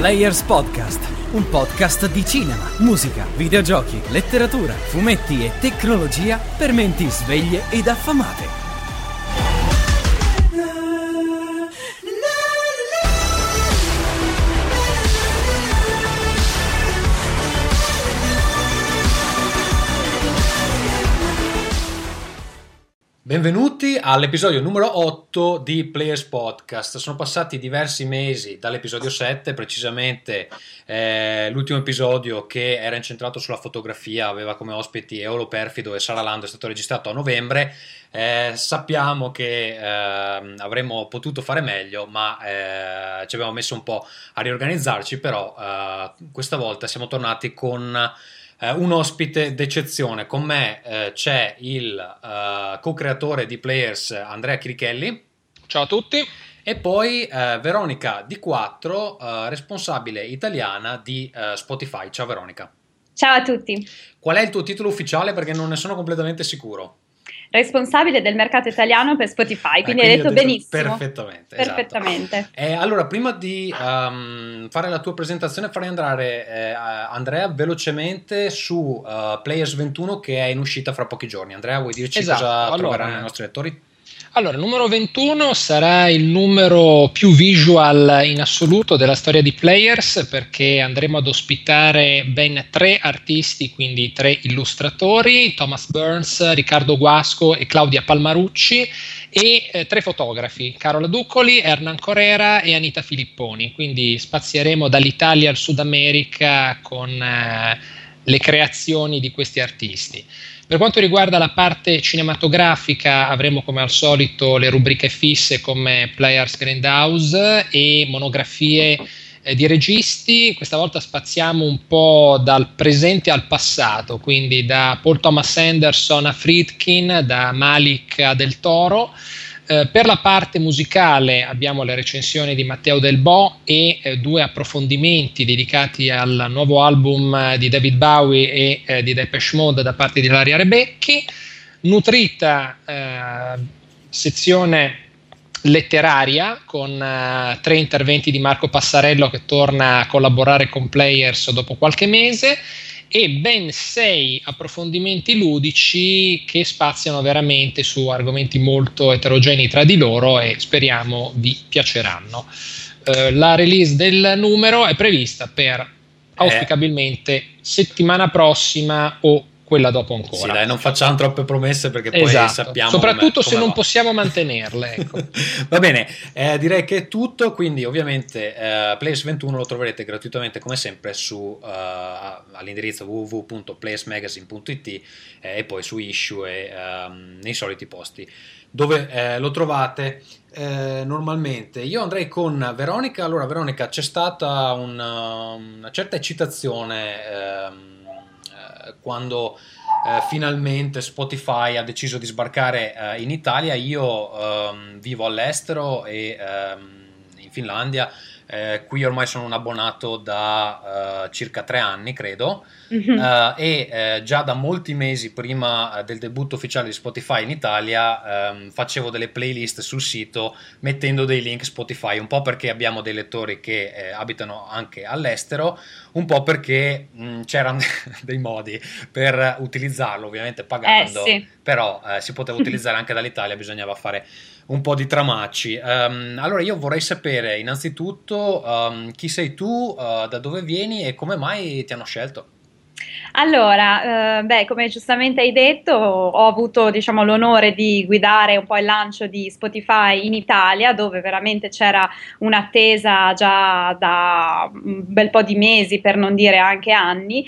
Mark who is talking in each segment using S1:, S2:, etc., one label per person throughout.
S1: Players Podcast, un podcast di cinema, musica, videogiochi, letteratura, fumetti e tecnologia per menti sveglie ed affamate.
S2: Benvenuti all'episodio numero 8 di Players Podcast. Sono passati diversi mesi dall'episodio 7, precisamente l'ultimo episodio che era incentrato sulla fotografia, aveva come ospiti Eolo Perfido e Sara Lando, è stato registrato a novembre. Sappiamo che avremmo potuto fare meglio, ma ci abbiamo messo un po' a riorganizzarci, però questa volta siamo tornati con un ospite d'eccezione. Con me c'è il co-creatore di Players, Andrea Chirichelli.
S3: Ciao a tutti.
S2: E poi Veronica Di Quattro, responsabile italiana di Spotify. Ciao Veronica.
S4: Ciao a tutti.
S2: Qual è il tuo titolo ufficiale? Perché non ne sono completamente sicuro.
S4: Responsabile del mercato italiano per Spotify, quindi hai detto benissimo.
S2: Perfettamente.
S4: Perfettamente.
S2: Esatto. Allora, prima di fare la tua presentazione, farei andare Andrea velocemente su Players 21, che è in uscita fra pochi giorni. Andrea, vuoi dirci cosa troveranno i nostri lettori?
S3: Allora, il numero 21 sarà il numero più visual in assoluto della storia di Players, perché andremo ad ospitare ben 3 artisti, quindi 3 illustratori, Thomas Burns, Riccardo Guasco e Claudia Palmarucci, e 3 fotografi, Carola Duccoli, Hernan Correra e Anita Filipponi. Quindi spazieremo dall'Italia al Sud America con le creazioni di questi artisti. Per quanto riguarda la parte cinematografica, avremo come al solito le rubriche fisse come Players Grindhouse e monografie di registi. Questa volta spaziamo un po' dal presente al passato, quindi da Paul Thomas Anderson a Friedkin, da Malik a Del Toro. Per la parte musicale abbiamo le recensioni di Matteo Delbo e 2 approfondimenti dedicati al nuovo album di David Bowie e di Depeche Mode da parte di Ilaria Rebecchi. Nutrita sezione letteraria con 3 interventi di Marco Passarello, che torna a collaborare con Players dopo qualche mese, e ben 6 approfondimenti ludici che spaziano veramente su argomenti molto eterogenei tra di loro e speriamo vi piaceranno. La release del numero è prevista per auspicabilmente settimana prossima o quella dopo ancora.
S2: Sì, dai, non facciamo troppe promesse, perché poi sappiamo
S3: soprattutto
S2: come
S3: se non
S2: va.
S3: Possiamo mantenerle, ecco.
S2: Va bene, direi che è tutto. Quindi ovviamente Players 21 lo troverete gratuitamente come sempre su all'indirizzo www.playersmagazine.it e poi su Issue e nei soliti posti dove lo trovate normalmente. Io andrei con Veronica. Allora Veronica, c'è stata una certa eccitazione quando finalmente Spotify ha deciso di sbarcare in Italia. Io vivo all'estero e in Finlandia. Qui ormai sono un abbonato da circa 3 anni, credo. E già da molti mesi prima del debutto ufficiale di Spotify in Italia facevo delle playlist sul sito mettendo dei link Spotify, un po' perché abbiamo dei lettori che abitano anche all'estero, un po' perché c'erano dei modi per utilizzarlo, ovviamente pagando,
S4: sì.
S2: però si poteva utilizzare anche dall'Italia, bisognava fare un po' di tramacci. Allora io vorrei sapere innanzitutto chi sei tu, da dove vieni e come mai ti hanno scelto.
S4: Allora, come giustamente hai detto, ho avuto, diciamo, l'onore di guidare un po' il lancio di Spotify in Italia, dove veramente c'era un'attesa già da un bel po' di mesi, per non dire anche anni.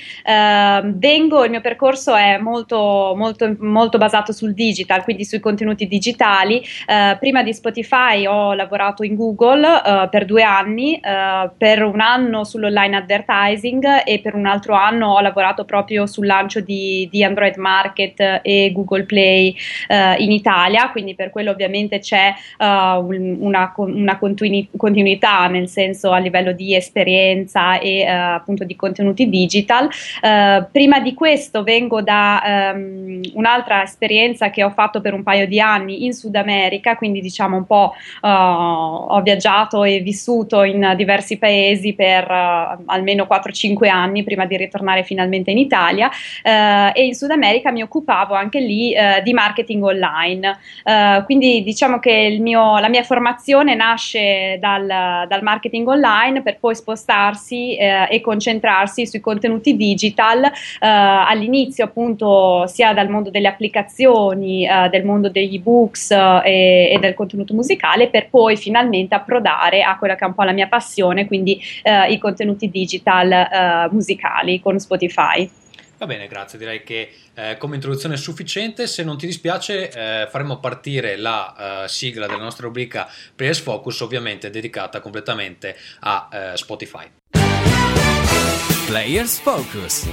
S4: Il mio percorso è molto, molto, molto basato sul digital, quindi sui contenuti digitali. Prima di Spotify ho lavorato in Google per 2 anni, per un anno sull'online advertising e per un altro anno ho lavorato proprio proprio sul lancio di Android Market e Google Play in Italia, quindi per quello ovviamente c'è una continuità, nel senso a livello di esperienza e appunto di contenuti digital. Prima di questo vengo da un'altra esperienza che ho fatto per un paio di anni in Sud America, quindi diciamo un po' ho viaggiato e vissuto in diversi paesi per almeno 4-5 anni prima di ritornare finalmente in Italia, e in Sud America mi occupavo anche lì di marketing online, quindi diciamo che la mia formazione nasce dal marketing online per poi spostarsi e concentrarsi sui contenuti digital, all'inizio appunto sia dal mondo delle applicazioni, del mondo degli ebooks e del contenuto musicale, per poi finalmente approdare a quella che è un po' la mia passione, quindi i contenuti digital musicali con Spotify.
S2: Va bene, grazie, direi che come introduzione è sufficiente. Se non ti dispiace faremo partire la sigla della nostra rubrica Players Focus, ovviamente dedicata completamente a Spotify.
S1: Players Focus.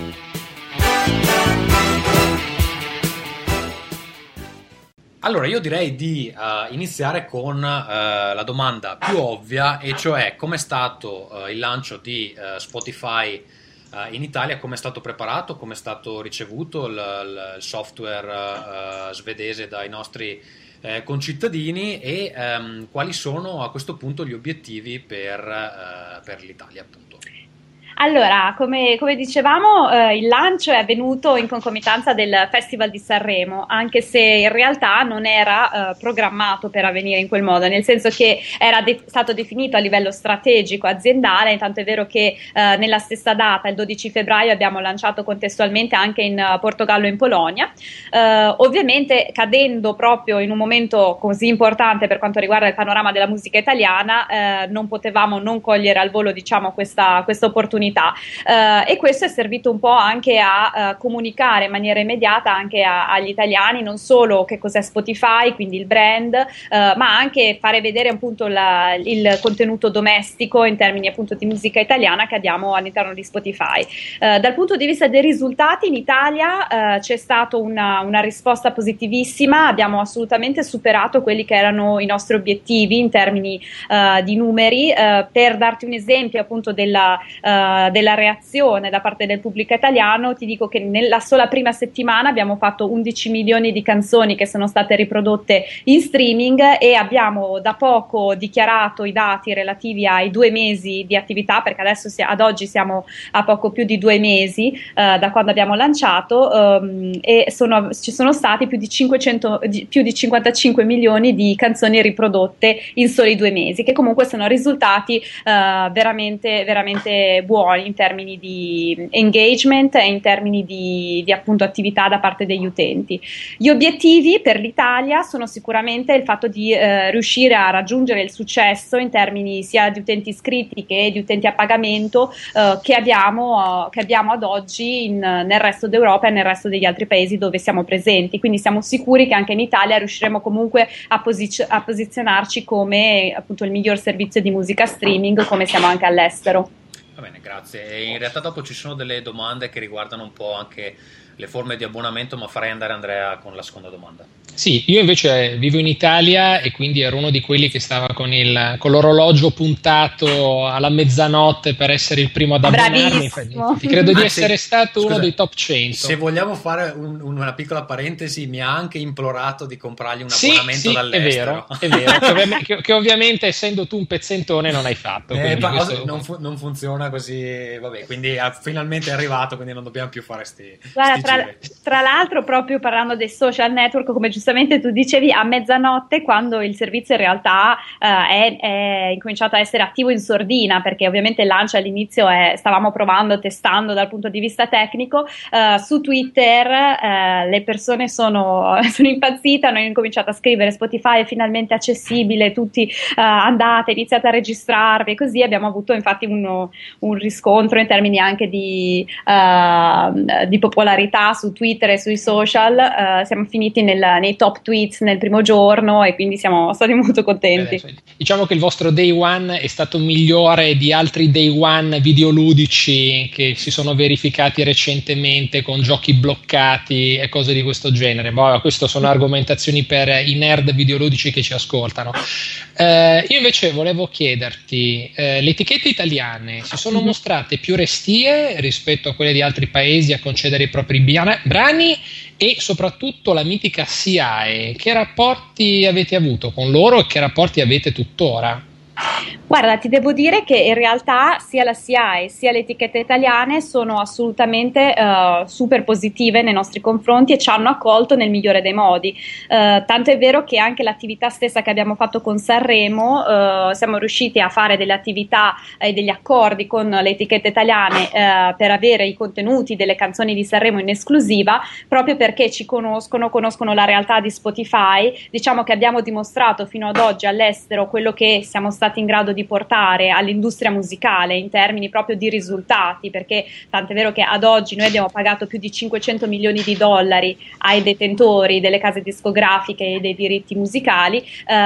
S2: Allora, io direi di iniziare con la domanda più ovvia, e cioè come è stato il lancio di Spotify in Italia, come è stato preparato, come è stato ricevuto il software svedese dai nostri concittadini, e quali sono a questo punto gli obiettivi per l'Italia, appunto.
S4: Allora, come dicevamo, il lancio è avvenuto in concomitanza del Festival di Sanremo, anche se in realtà non era programmato per avvenire in quel modo, nel senso che era stato definito a livello strategico aziendale. Tanto è vero che nella stessa data, il 12 febbraio, abbiamo lanciato contestualmente anche in Portogallo e in Polonia, ovviamente cadendo proprio in un momento così importante per quanto riguarda il panorama della musica italiana, non potevamo non cogliere al volo, diciamo, questa opportunità. E questo è servito un po' anche a comunicare in maniera immediata anche agli italiani non solo che cos'è Spotify, quindi il brand, ma anche fare vedere appunto il contenuto domestico in termini appunto di musica italiana che abbiamo all'interno di Spotify. Dal punto di vista dei risultati in Italia c'è stata una risposta positivissima, abbiamo assolutamente superato quelli che erano i nostri obiettivi in termini di numeri. Per darti un esempio appunto della reazione da parte del pubblico italiano, ti dico che nella sola prima settimana abbiamo fatto 11 milioni di canzoni che sono state riprodotte in streaming, e abbiamo da poco dichiarato i dati relativi ai 2 mesi di attività, perché adesso ad oggi siamo a poco più di 2 mesi da quando abbiamo lanciato, e ci sono stati più di 55 milioni di canzoni riprodotte in soli 2 mesi, che comunque sono risultati veramente, veramente buoni in termini di engagement e in termini di appunto attività da parte degli utenti. Gli obiettivi per l'Italia sono sicuramente il fatto di riuscire a raggiungere il successo in termini sia di utenti iscritti che di utenti a pagamento che abbiamo ad oggi nel resto d'Europa e nel resto degli altri paesi dove siamo presenti. Quindi siamo sicuri che anche in Italia riusciremo comunque a posizionarci come appunto il miglior servizio di musica streaming, come siamo anche all'estero.
S2: Va bene, grazie. E in realtà dopo ci sono delle domande che riguardano un po' anche le forme di abbonamento, ma farei andare Andrea con la seconda domanda.
S3: Sì, io invece vivo in Italia e quindi ero uno di quelli che stava con l'orologio puntato alla mezzanotte per essere il primo ad abbonarmi. Credo di essere stato uno dei top 100.
S2: Se vogliamo fare una piccola parentesi, mi ha anche implorato di comprargli un abbonamento dall'estero.
S3: È vero, che ovviamente essendo tu un pezzentone non hai fatto.
S2: Non funziona così, vabbè, quindi finalmente è arrivato, quindi non dobbiamo più fare
S4: tra l'altro, proprio parlando dei social network, come giustamente tu dicevi, a mezzanotte, quando il servizio in realtà è incominciato a essere attivo in sordina, perché ovviamente il lancio all'inizio stavamo testando dal punto di vista tecnico, su Twitter le persone sono impazzite, hanno incominciato a scrivere: Spotify è finalmente accessibile, tutti andate, iniziate a registrarvi, e così abbiamo avuto infatti un riscontro in termini anche di popolarità visibilità su Twitter e sui social, siamo finiti nei top tweets nel primo giorno e quindi siamo stati molto contenti.
S3: Diciamo che il vostro day one è stato migliore di altri day one videoludici che si sono verificati recentemente con giochi bloccati e cose di questo genere. Queste sono argomentazioni per i nerd videoludici che ci ascoltano. Io invece volevo chiederti, le etichette italiane si sono mostrate più restie rispetto a quelle di altri paesi a concedere i propri brani, e soprattutto la mitica SIAE, che rapporti avete avuto con loro e che rapporti avete tuttora?
S4: Guarda, ti devo dire che in realtà sia la SIAE sia le etichette italiane sono assolutamente super positive nei nostri confronti e ci hanno accolto nel migliore dei modi. Tanto è vero che anche l'attività stessa che abbiamo fatto con Sanremo, siamo riusciti a fare delle attività e degli accordi con le etichette italiane per avere i contenuti delle canzoni di Sanremo in esclusiva, proprio perché ci conoscono la realtà di Spotify. Diciamo che abbiamo dimostrato fino ad oggi all'estero quello che siamo stati in grado di portare all'industria musicale in termini proprio di risultati, perché tant'è vero che ad oggi noi abbiamo pagato più di 500 milioni di dollari ai detentori delle case discografiche e dei diritti musicali,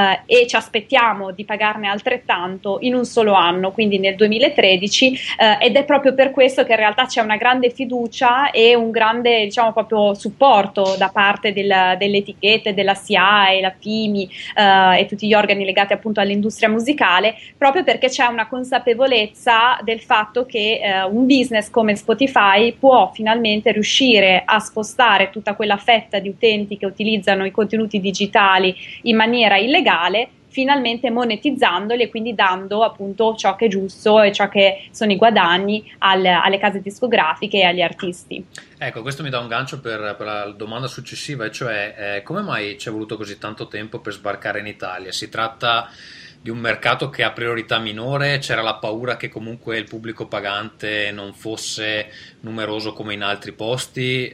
S4: e ci aspettiamo di pagarne altrettanto in un solo anno, quindi nel 2013, ed è proprio per questo che in realtà c'è una grande fiducia e un grande, diciamo, proprio supporto da parte delle etichette, della SIAE, la FIMI e tutti gli organi legati appunto all'industria musicale, proprio perché c'è una consapevolezza del fatto che un business come Spotify può finalmente riuscire a spostare tutta quella fetta di utenti che utilizzano i contenuti digitali in maniera illegale, finalmente monetizzandoli e quindi dando appunto ciò che è giusto e ciò che sono i guadagni alle case discografiche e agli artisti.
S2: Ecco, questo mi dà un gancio per la domanda successiva, e cioè come mai ci è voluto così tanto tempo per sbarcare in Italia? Si tratta di un mercato che ha priorità minore? C'era la paura che comunque il pubblico pagante non fosse numeroso come in altri posti,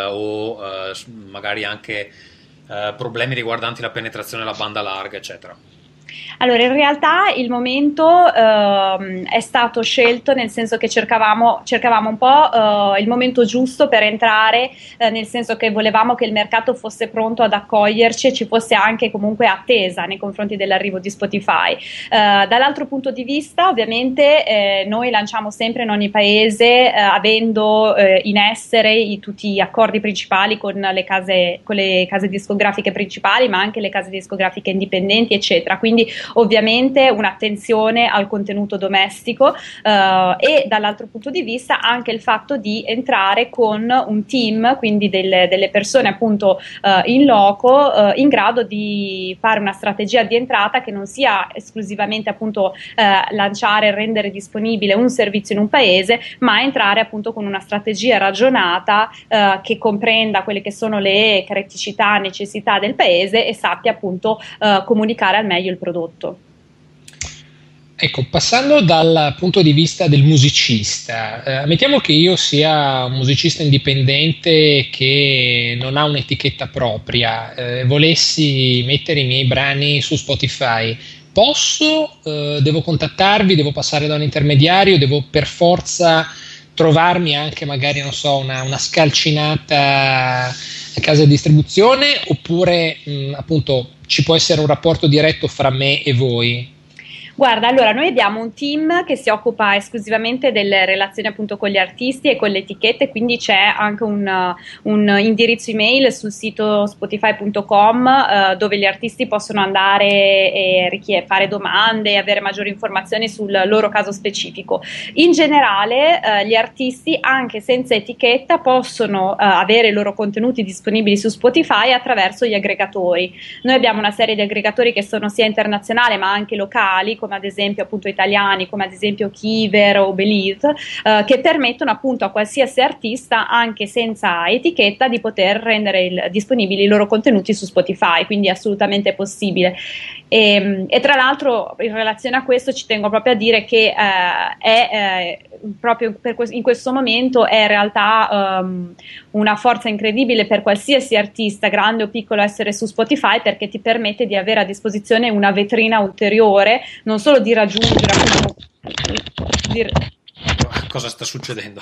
S2: o magari anche problemi riguardanti la penetrazione della banda larga, eccetera?
S4: Allora, in realtà il momento è stato scelto nel senso che cercavamo un po' il momento giusto per entrare, nel senso che volevamo che il mercato fosse pronto ad accoglierci e ci fosse anche comunque attesa nei confronti dell'arrivo di Spotify. Dall'altro punto di vista, ovviamente, noi lanciamo sempre in ogni paese avendo in essere tutti gli accordi principali con le case discografiche principali, ma anche le case discografiche indipendenti, eccetera. Quindi ovviamente un'attenzione al contenuto domestico, e dall'altro punto di vista anche il fatto di entrare con un team, quindi delle persone appunto in loco, in grado di fare una strategia di entrata che non sia esclusivamente appunto lanciare e rendere disponibile un servizio in un paese, ma entrare appunto con una strategia ragionata che comprenda quelle che sono le criticità, necessità del paese e sappia appunto comunicare al meglio il prodotto.
S3: Ecco, passando dal punto di vista del musicista, ammettiamo che io sia un musicista indipendente che non ha un'etichetta propria, volessi mettere i miei brani su Spotify, posso? Devo contattarvi? Devo passare da un intermediario? Devo per forza trovarmi anche magari, non so, una scalcinata casa di distribuzione, oppure appunto ci può essere un rapporto diretto fra me e voi?
S4: Guarda, allora noi abbiamo un team che si occupa esclusivamente delle relazioni appunto con gli artisti e con le etichette, quindi c'è anche un indirizzo email sul sito spotify.com dove gli artisti possono andare e fare domande e avere maggiori informazioni sul loro caso specifico. In generale gli artisti anche senza etichetta possono avere i loro contenuti disponibili su Spotify attraverso gli aggregatori. Noi abbiamo una serie di aggregatori che sono sia internazionali ma anche locali, come ad esempio appunto italiani, come ad esempio Kiver o Believe, che permettono appunto a qualsiasi artista, anche senza etichetta, di poter rendere disponibili i loro contenuti su Spotify, quindi è assolutamente possibile. E tra l'altro in relazione a questo ci tengo proprio a dire che è proprio in questo momento è in realtà una forza incredibile per qualsiasi artista, grande o piccolo, essere su Spotify, perché ti permette di avere a disposizione una vetrina ulteriore, non solo di raggiungere appunto
S2: cosa sta succedendo?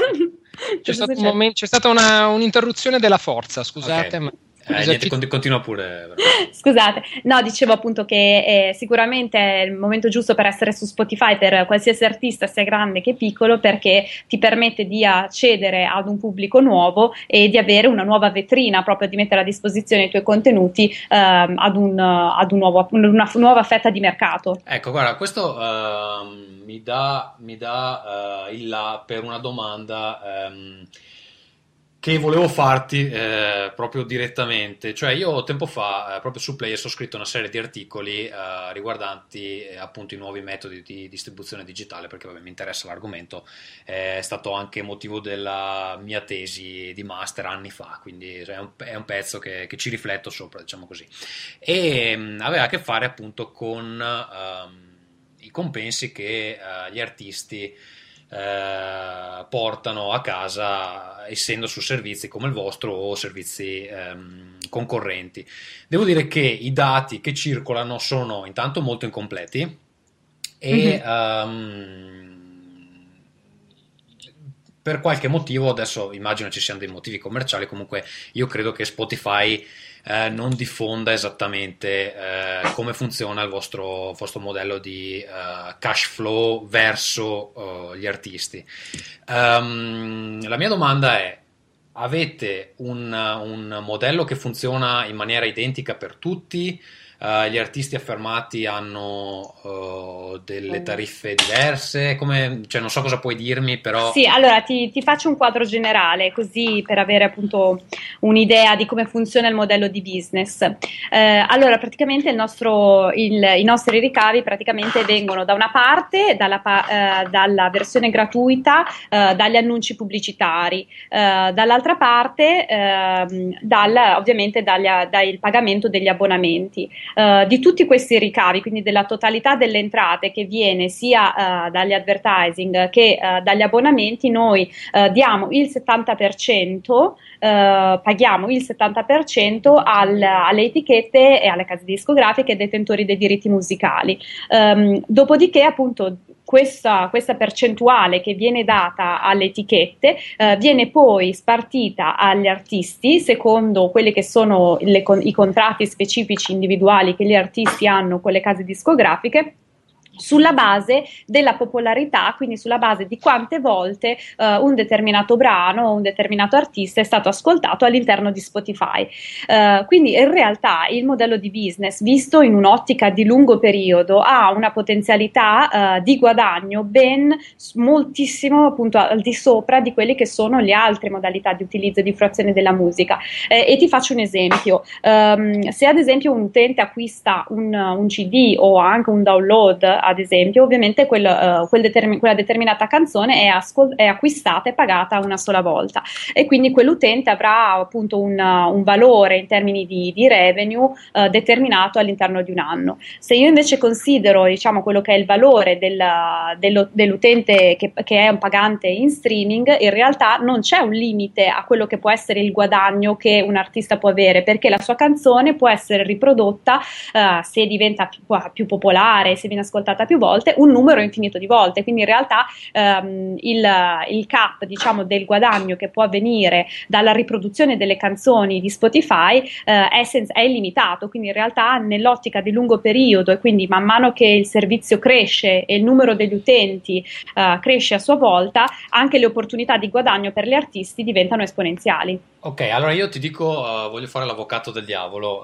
S3: C'è stata un'interruzione della forza, scusate.
S2: Okay.
S3: Ma
S2: Niente, continua pure.
S4: Scusate, no, dicevo appunto che sicuramente è il momento giusto per essere su Spotify per qualsiasi artista, sia grande che piccolo, perché ti permette di accedere ad un pubblico nuovo e di avere una nuova vetrina, proprio di mettere a disposizione i tuoi contenuti ad una nuova fetta di mercato.
S2: Ecco, guarda, questo mi dà il là per una domanda che volevo farti proprio direttamente. Cioè, io tempo fa proprio su Players ho scritto una serie di articoli riguardanti appunto i nuovi metodi di distribuzione digitale, perché vabbè, mi interessa l'argomento. È stato anche motivo della mia tesi di master anni fa, quindi è un pezzo che ci rifletto sopra, diciamo così. E aveva a che fare appunto con i compensi che gli artisti portano a casa, essendo su servizi come il vostro o servizi concorrenti. Devo dire che i dati che circolano sono intanto molto incompleti e per qualche motivo, adesso immagino ci siano dei motivi commerciali, comunque io credo che Spotify non diffonda esattamente come funziona il vostro modello di cash flow verso gli artisti. La mia domanda è: avete un modello che funziona in maniera identica per tutti? Gli artisti affermati hanno delle tariffe diverse? Cioè, non so cosa puoi dirmi, però...
S4: Sì, allora ti faccio un quadro generale, così per avere appunto un'idea di come funziona il modello di business. Allora, praticamente i nostri ricavi praticamente vengono da una parte dalla versione gratuita, dagli annunci pubblicitari, dall'altra parte ovviamente dal pagamento degli abbonamenti. Di tutti questi ricavi, quindi della totalità delle entrate che viene sia dagli advertising che dagli abbonamenti, noi diamo il 70%, paghiamo il 70% alle etichette e alle case discografiche detentori dei diritti musicali. Dopodiché, appunto, questa percentuale che viene data alle etichette viene poi spartita agli artisti secondo quelli che sono i contratti specifici individuali che gli artisti hanno con le case discografiche, sulla base della popolarità, quindi sulla base di quante volte un determinato brano o un determinato artista è stato ascoltato all'interno di Spotify. Quindi in realtà il modello di business, visto in un'ottica di lungo periodo, ha una potenzialità di guadagno ben moltissimo appunto al di sopra di quelle che sono le altre modalità di utilizzo e di fruizione della musica. E ti faccio un esempio: se ad esempio un utente acquista un CD o anche un download, ad esempio, ovviamente quella determinata canzone è acquistata e pagata una sola volta, e quindi quell'utente avrà appunto un valore in termini di revenue determinato all'interno di un anno. Se io invece considero, diciamo, quello che è il valore dell'utente che è un pagante in streaming, in realtà non c'è un limite a quello che può essere il guadagno che un artista può avere, perché la sua canzone può essere riprodotta se diventa più popolare, se viene ascoltata più volte, un numero infinito di volte. Quindi in realtà il cap, diciamo, del guadagno che può avvenire dalla riproduzione delle canzoni di Spotify è illimitato. Quindi in realtà nell'ottica di lungo periodo, e quindi man mano che il servizio cresce e il numero degli utenti cresce a sua volta, anche le opportunità di guadagno per gli artisti diventano esponenziali.
S2: Ok, allora io ti dico, voglio fare l'avvocato del diavolo,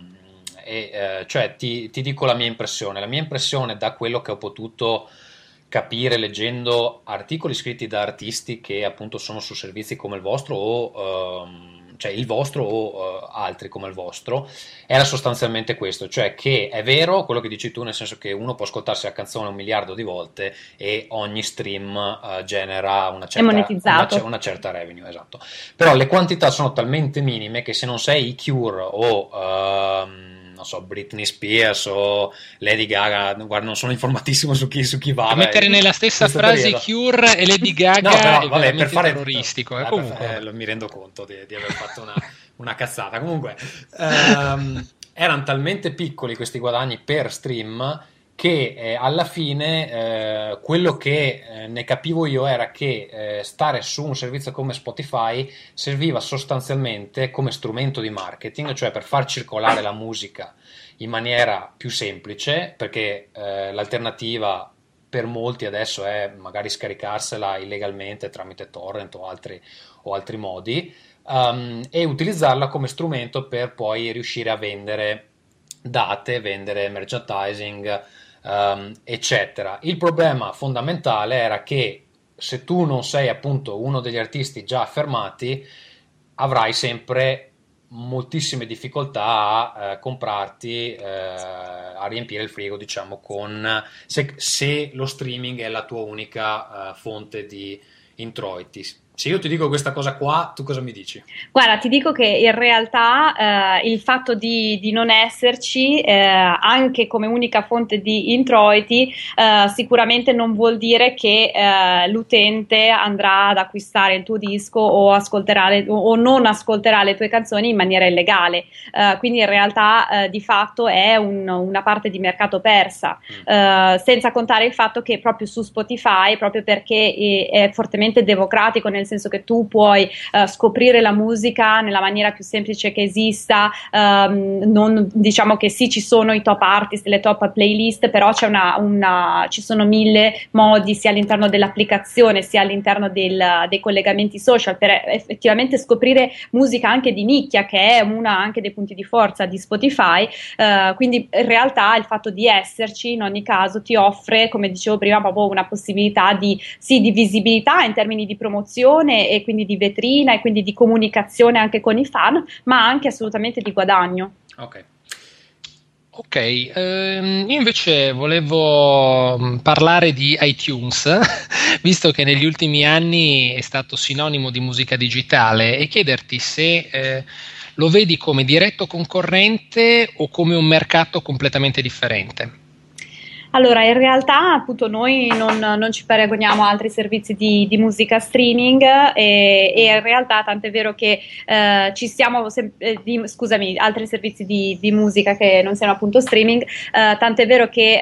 S2: cioè ti dico la mia impressione. La mia impressione, da quello che ho potuto capire leggendo articoli scritti da artisti che appunto sono su servizi come il vostro cioè il vostro o altri come il vostro, era sostanzialmente questo: cioè che è vero quello che dici tu, nel senso che uno può ascoltarsi la canzone 1 miliardo di volte e ogni stream genera una certa revenue, esatto. Però le quantità sono talmente minime che se non sei i Cure o non so, Britney Spears o Lady Gaga, guarda, non sono informatissimo su chi va.
S3: Mettere nella stessa frase Cure e Lady Gaga, no, però, vabbè, per fare terroristico.
S2: Comunque mi rendo conto di aver fatto una cazzata. Comunque erano talmente piccoli questi guadagni per stream che alla fine quello che ne capivo io era che stare su un servizio come Spotify serviva sostanzialmente come strumento di marketing, cioè per far circolare la musica in maniera più semplice, perché l'alternativa per molti adesso è magari scaricarsela illegalmente tramite torrent o altri modi, e utilizzarla come strumento per poi riuscire a vendere date, vendere merchandising, eccetera. Il problema fondamentale era che se tu non sei appunto uno degli artisti già affermati, avrai sempre moltissime difficoltà a comprarti, a riempire il frigo, diciamo, se lo streaming è la tua unica fonte di introiti. Se io ti dico questa cosa qua, tu cosa mi dici?
S4: Guarda, ti dico che in realtà il fatto di non esserci anche come unica fonte di introiti sicuramente non vuol dire che l'utente andrà ad acquistare il tuo disco o ascolterà o non ascolterà le tue canzoni in maniera illegale, quindi in realtà di fatto è una parte di mercato persa, senza contare il fatto che proprio su Spotify, proprio perché è fortemente democratico, nel senso che tu puoi scoprire la musica nella maniera più semplice che esista, non, diciamo che sì, ci sono i top artist, le top playlist, però ci sono 1000 modi sia all'interno dell'applicazione sia all'interno dei collegamenti social per effettivamente scoprire musica anche di nicchia, che è una anche dei punti di forza di Spotify, quindi in realtà il fatto di esserci in ogni caso ti offre, come dicevo prima, proprio una possibilità di visibilità in termini di promozione e quindi di vetrina e quindi di comunicazione anche con i fan, ma anche assolutamente di guadagno.
S3: Ok, io invece volevo parlare di iTunes, visto che negli ultimi anni è stato sinonimo di musica digitale, e chiederti se lo vedi come diretto concorrente o come un mercato completamente differente.
S4: Allora, in realtà appunto noi non ci paragoniamo a altri servizi di musica streaming e in realtà tant'è vero che ci stiamo, altri servizi di musica che non siano appunto streaming, tant'è vero che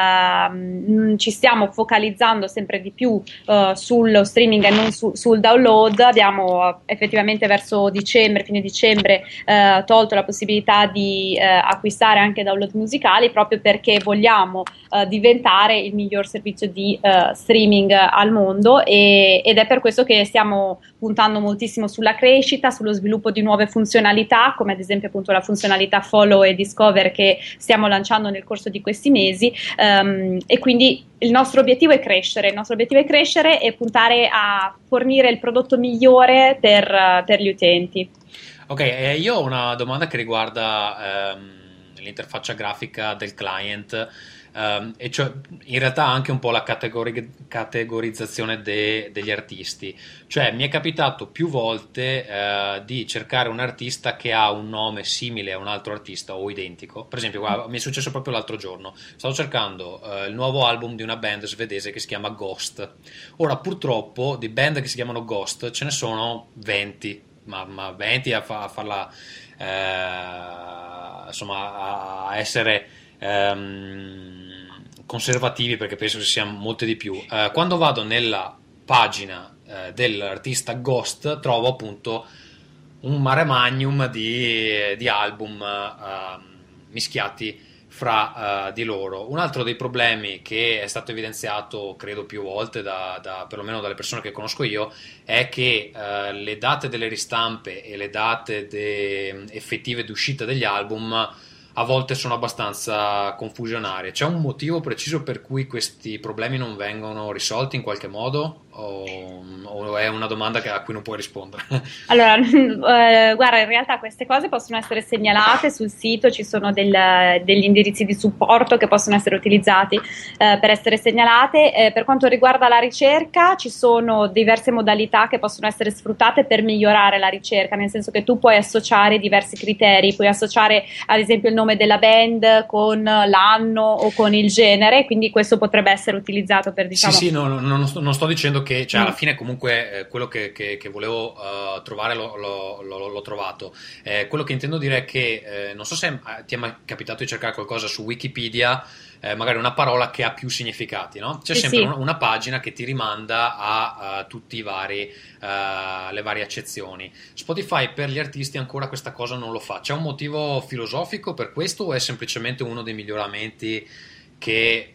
S4: ci stiamo focalizzando sempre di più sullo streaming e non sul download. Abbiamo effettivamente verso fine dicembre, tolto la possibilità di acquistare anche download musicali, proprio perché vogliamo diventare il miglior servizio di streaming al mondo, ed è per questo che stiamo puntando moltissimo sulla crescita, sullo sviluppo di nuove funzionalità, come ad esempio appunto la funzionalità Follow e Discover che stiamo lanciando nel corso di questi mesi, e quindi il nostro obiettivo è crescere e puntare a fornire il prodotto migliore per gli utenti.
S2: Ok, io ho una domanda che riguarda l'interfaccia grafica del client, e cioè in realtà anche un po' la categorizzazione degli artisti. Cioè mi è capitato più volte di cercare un artista che ha un nome simile a un altro artista o identico. Per esempio, guarda, mi è successo proprio l'altro giorno, stavo cercando il nuovo album di una band svedese che si chiama Ghost. Ora purtroppo di band che si chiamano Ghost ce ne sono 20, ma 20 a farla insomma a essere conservativi, perché penso che siano molte di più. Quando vado nella pagina dell'artista Ghost trovo appunto un mare magnum di album mischiati fra di loro. Un altro dei problemi che è stato evidenziato credo più volte perlomeno dalle persone che conosco io è che le date delle ristampe e le date effettive di uscita degli album a volte sono abbastanza confusionarie. C'è un motivo preciso per cui questi problemi non vengono risolti in qualche modo? O è una domanda a cui non puoi rispondere?
S4: Allora, guarda, in realtà queste cose possono essere segnalate sul sito, ci sono degli indirizzi di supporto che possono essere utilizzati per essere segnalate. Per quanto riguarda la ricerca, ci sono diverse modalità che possono essere sfruttate per migliorare la ricerca, nel senso che tu puoi associare diversi criteri, puoi associare ad esempio il nome della band con l'anno o con il genere, quindi questo potrebbe essere utilizzato per, diciamo...
S2: Sì, non sto dicendo che, cioè, alla fine comunque quello che volevo trovare l'ho trovato. Quello che intendo dire è che non so se ti è mai capitato di cercare qualcosa su Wikipedia, magari una parola che ha più significati, no? C'è sempre una pagina che ti rimanda a tutti le varie accezioni. Spotify per gli artisti ancora questa cosa non lo fa. C'è un motivo filosofico per questo o è semplicemente uno dei miglioramenti che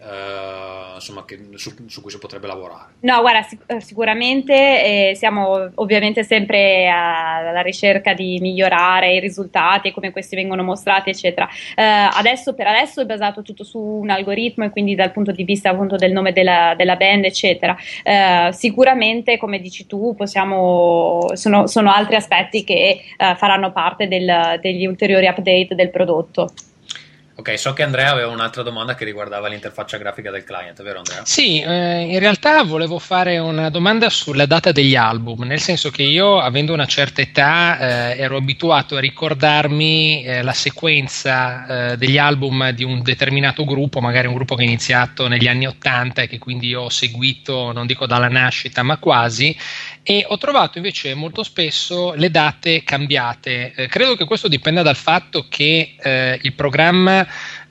S2: su cui si potrebbe lavorare?
S4: No, guarda, sicuramente siamo ovviamente sempre alla ricerca di migliorare i risultati, come questi vengono mostrati, eccetera. Per adesso è basato tutto su un algoritmo e quindi dal punto di vista appunto del nome della band, eccetera. Sicuramente, come dici tu, sono altri aspetti che faranno parte degli ulteriori update del prodotto.
S2: Ok, so che Andrea aveva un'altra domanda che riguardava l'interfaccia grafica del client, vero Andrea?
S3: Sì, in realtà volevo fare una domanda sulla data degli album, nel senso che io, avendo una certa età, ero abituato a ricordarmi la sequenza degli album di un determinato gruppo, magari un gruppo che è iniziato negli anni '80 e che quindi ho seguito, non dico dalla nascita, ma quasi, e ho trovato invece molto spesso le date cambiate. Credo che questo dipenda dal fatto che il programma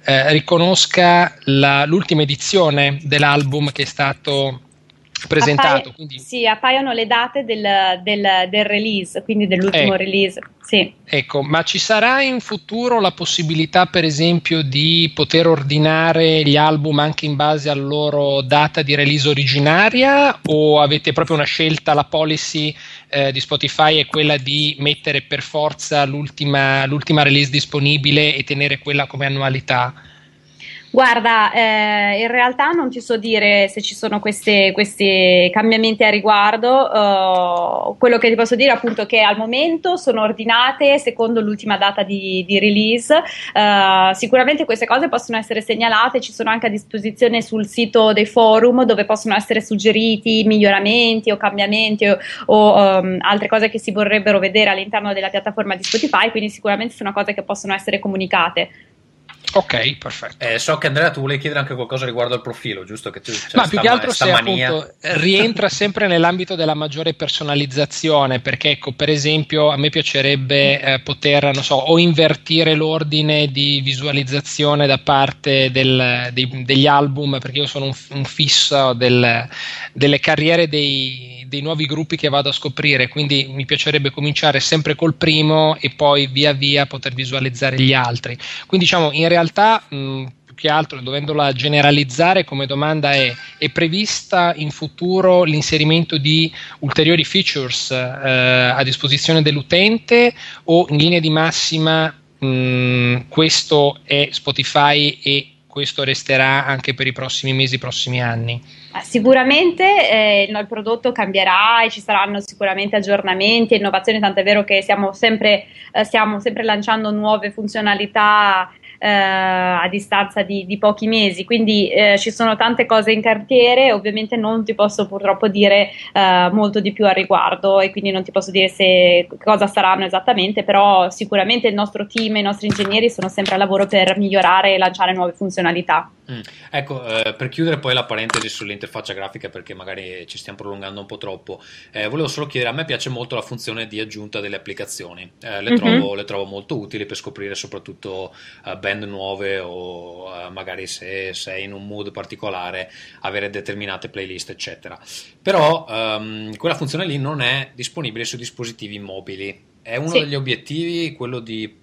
S3: riconosca l'ultima edizione dell'album che è stato presentato.
S4: Sì, appaiono le date del release, quindi dell'ultimo release. Sì.
S3: Ecco, ma ci sarà in futuro la possibilità, per esempio, di poter ordinare gli album anche in base alla loro data di release originaria, o avete proprio una scelta, la policy di Spotify è quella di mettere per forza l'ultima release disponibile e tenere quella come annualità?
S4: Guarda, in realtà non ti so dire se ci sono questi cambiamenti a riguardo. Quello che ti posso dire appunto è che al momento sono ordinate secondo l'ultima data di release. Sicuramente queste cose possono essere segnalate, ci sono anche a disposizione sul sito dei forum dove possono essere suggeriti miglioramenti o cambiamenti o altre cose che si vorrebbero vedere all'interno della piattaforma di Spotify, quindi sicuramente sono cose che possono essere comunicate.
S3: Ok, perfetto.
S2: So che Andrea tu volevi chiedere anche qualcosa riguardo al profilo, giusto? Che
S3: ma più che altro se appunto rientra sempre nell'ambito della maggiore personalizzazione, perché ecco, per esempio a me piacerebbe poter, non so, o invertire l'ordine di visualizzazione da parte degli album, perché io sono un fisso delle carriere dei nuovi gruppi che vado a scoprire, quindi mi piacerebbe cominciare sempre col primo e poi via via poter visualizzare gli altri. Quindi diciamo, in realtà più che altro, dovendola generalizzare come domanda, è prevista in futuro l'inserimento di ulteriori features a disposizione dell'utente, o in linea di massima questo è Spotify e questo resterà anche per i prossimi mesi, prossimi anni?
S4: Sicuramente il prodotto cambierà e ci saranno sicuramente aggiornamenti e innovazioni, tant'è vero che stiamo sempre lanciando nuove funzionalità a distanza di pochi mesi, quindi ci sono tante cose in cantiere. Ovviamente non ti posso purtroppo dire molto di più al riguardo, e quindi non ti posso dire cosa saranno esattamente, però sicuramente il nostro team e i nostri ingegneri sono sempre a lavoro per migliorare e lanciare nuove funzionalità.
S2: Ecco, per chiudere poi la parentesi sull'interfaccia grafica, perché magari ci stiamo prolungando un po' troppo, volevo solo chiedere, a me piace molto la funzione di aggiunta delle applicazioni, le trovo molto utili per scoprire soprattutto band nuove, o magari se sei in un mood particolare avere determinate playlist eccetera. Però quella funzione lì non è disponibile su dispositivi mobili. È uno degli obiettivi quello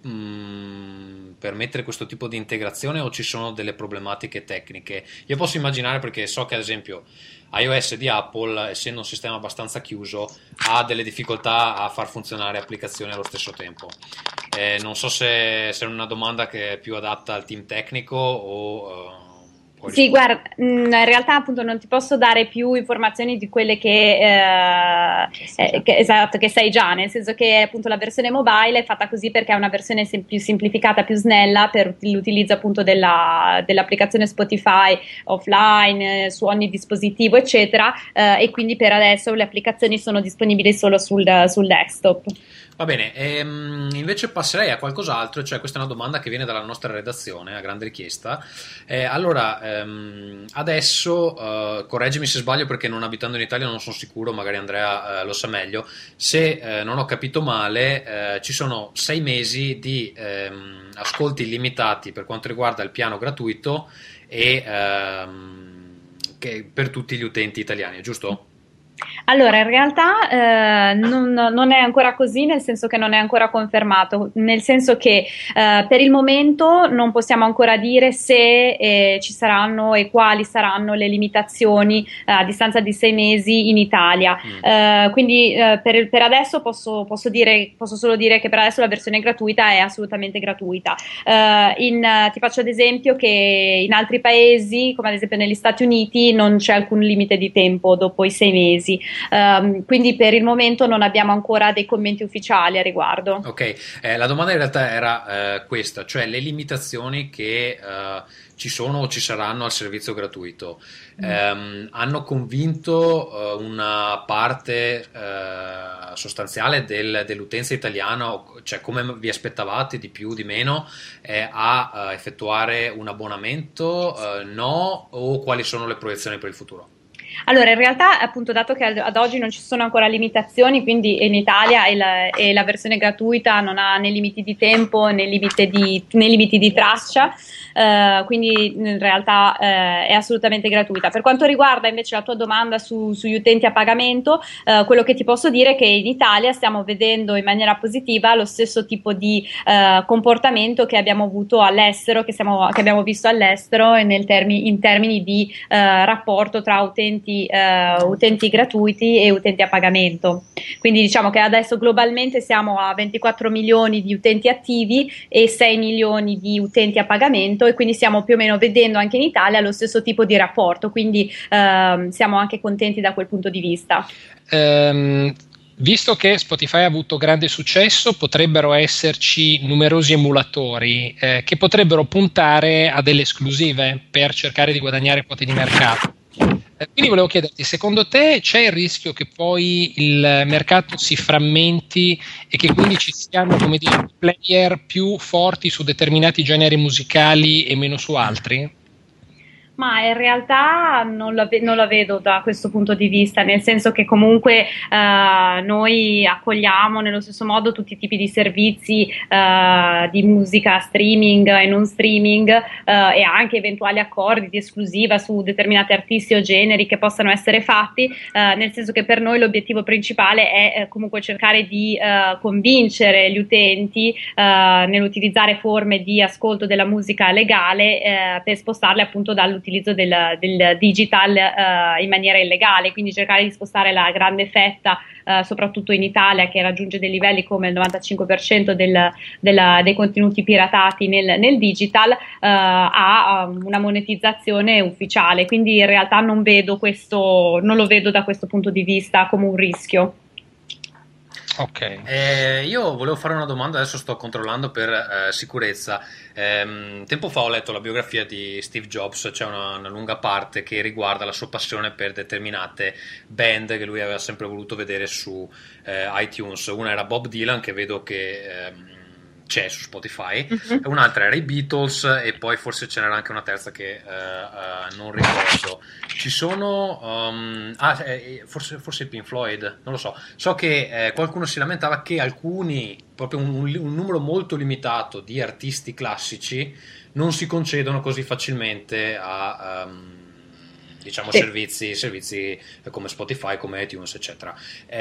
S2: di permettere questo tipo di integrazione, o ci sono delle problematiche tecniche? Io posso immaginare, perché so che ad esempio iOS di Apple, essendo un sistema abbastanza chiuso, ha delle difficoltà a far funzionare applicazioni allo stesso tempo. Non so se è una domanda che è più adatta al team tecnico o...
S4: Sì, guarda, in realtà appunto non ti posso dare più informazioni di quelle che sai già, nel senso che appunto la versione mobile è fatta così perché è una versione più semplificata, più snella per l'utilizzo appunto dell'applicazione Spotify offline su ogni dispositivo eccetera, e quindi per adesso le applicazioni sono disponibili solo sul desktop.
S2: Va bene, invece passerei a qualcos'altro, cioè questa è una domanda che viene dalla nostra redazione a grande richiesta. Allora, adesso, correggimi se sbaglio perché non abitando in Italia non sono sicuro, magari Andrea lo sa meglio, se non ho capito male, ci sono 6 mesi di ascolti illimitati per quanto riguarda il piano gratuito e che per tutti gli utenti italiani, giusto?
S4: Allora, in realtà non è ancora così, nel senso che non è ancora confermato, nel senso che per il momento non possiamo ancora dire se ci saranno e quali saranno le limitazioni a distanza di 6 mesi in Italia. Quindi per adesso posso solo dire che per adesso la versione gratuita è assolutamente gratuita. Ti faccio ad esempio che in altri paesi, come ad esempio negli Stati Uniti, non c'è alcun limite di tempo dopo i 6 mesi. Quindi per il momento non abbiamo ancora dei commenti ufficiali a riguardo.
S2: Ok, la domanda in realtà era questa, cioè le limitazioni che ci sono o ci saranno al servizio gratuito hanno convinto una parte sostanziale dell'utenza italiana, cioè come vi aspettavate, di più, di meno, a effettuare un abbonamento, no, o quali sono le proiezioni per il futuro?
S4: Allora, in realtà, appunto, dato che ad oggi non ci sono ancora limitazioni, quindi in Italia e la versione gratuita non ha né limiti di tempo né limiti di traccia, quindi in realtà è assolutamente gratuita. Per quanto riguarda invece la tua domanda sugli utenti a pagamento, quello che ti posso dire è che in Italia stiamo vedendo in maniera positiva lo stesso tipo di comportamento che abbiamo avuto all'estero, che abbiamo visto all'estero in termini di rapporto tra utenti gratuiti e utenti a pagamento. Quindi diciamo che adesso globalmente siamo a 24 milioni di utenti attivi e 6 milioni di utenti a pagamento, e quindi stiamo più o meno vedendo anche in Italia lo stesso tipo di rapporto, quindi siamo anche contenti da quel punto di vista.
S3: Visto che Spotify ha avuto grande successo, potrebbero esserci numerosi emulatori che potrebbero puntare a delle esclusive per cercare di guadagnare quote di mercato. Quindi volevo chiederti, secondo te c'è il rischio che poi il mercato si frammenti e che quindi ci siano, come dire, player più forti su determinati generi musicali e meno su altri?
S4: Ma in realtà non la vedo da questo punto di vista, nel senso che comunque noi accogliamo nello stesso modo tutti i tipi di servizi di musica streaming e non streaming, e anche eventuali accordi di esclusiva su determinati artisti o generi che possano essere fatti, nel senso che per noi l'obiettivo principale è comunque cercare di convincere gli utenti nell'utilizzare forme di ascolto della musica legale per spostarle appunto dall'utilizzo del digital in maniera illegale, quindi cercare di spostare la grande fetta, soprattutto in Italia, che raggiunge dei livelli come il 95% dei contenuti piratati nel digital, a una monetizzazione ufficiale. Quindi in realtà non lo vedo da questo punto di vista come un rischio.
S3: Ok.
S2: Io volevo fare una domanda, adesso sto controllando per sicurezza. Tempo fa ho letto la biografia di Steve Jobs, c'è una lunga parte che riguarda la sua passione per determinate band che lui aveva sempre voluto vedere su iTunes. Una era Bob Dylan, che vedo che c'è su Spotify, un'altra era i Beatles, e poi forse ce n'era anche una terza che non ricordo. Ci sono forse i Pink Floyd, non lo so. So che qualcuno si lamentava che alcuni, proprio un numero molto limitato di artisti classici, non si concedono così facilmente a diciamo servizi come Spotify, come iTunes, eccetera.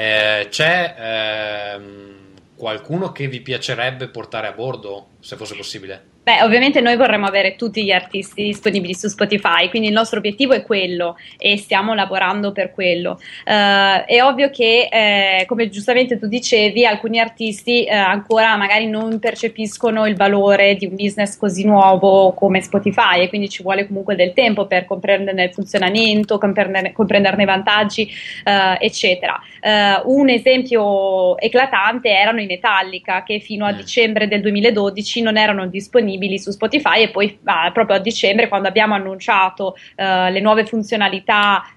S2: C'è qualcuno che vi piacerebbe portare a bordo, se fosse possibile?
S4: Beh, ovviamente noi vorremmo avere tutti gli artisti disponibili su Spotify, quindi il nostro obiettivo è quello e stiamo lavorando per quello. È ovvio che, come giustamente tu dicevi, alcuni artisti ancora magari non percepiscono il valore di un business così nuovo come Spotify, e quindi ci vuole comunque del tempo per comprenderne il funzionamento, comprenderne i vantaggi, eccetera. Un esempio eclatante erano i Metallica, che fino a dicembre del 2012 non erano disponibili su Spotify, e poi proprio a dicembre, quando abbiamo annunciato le nuove funzionalità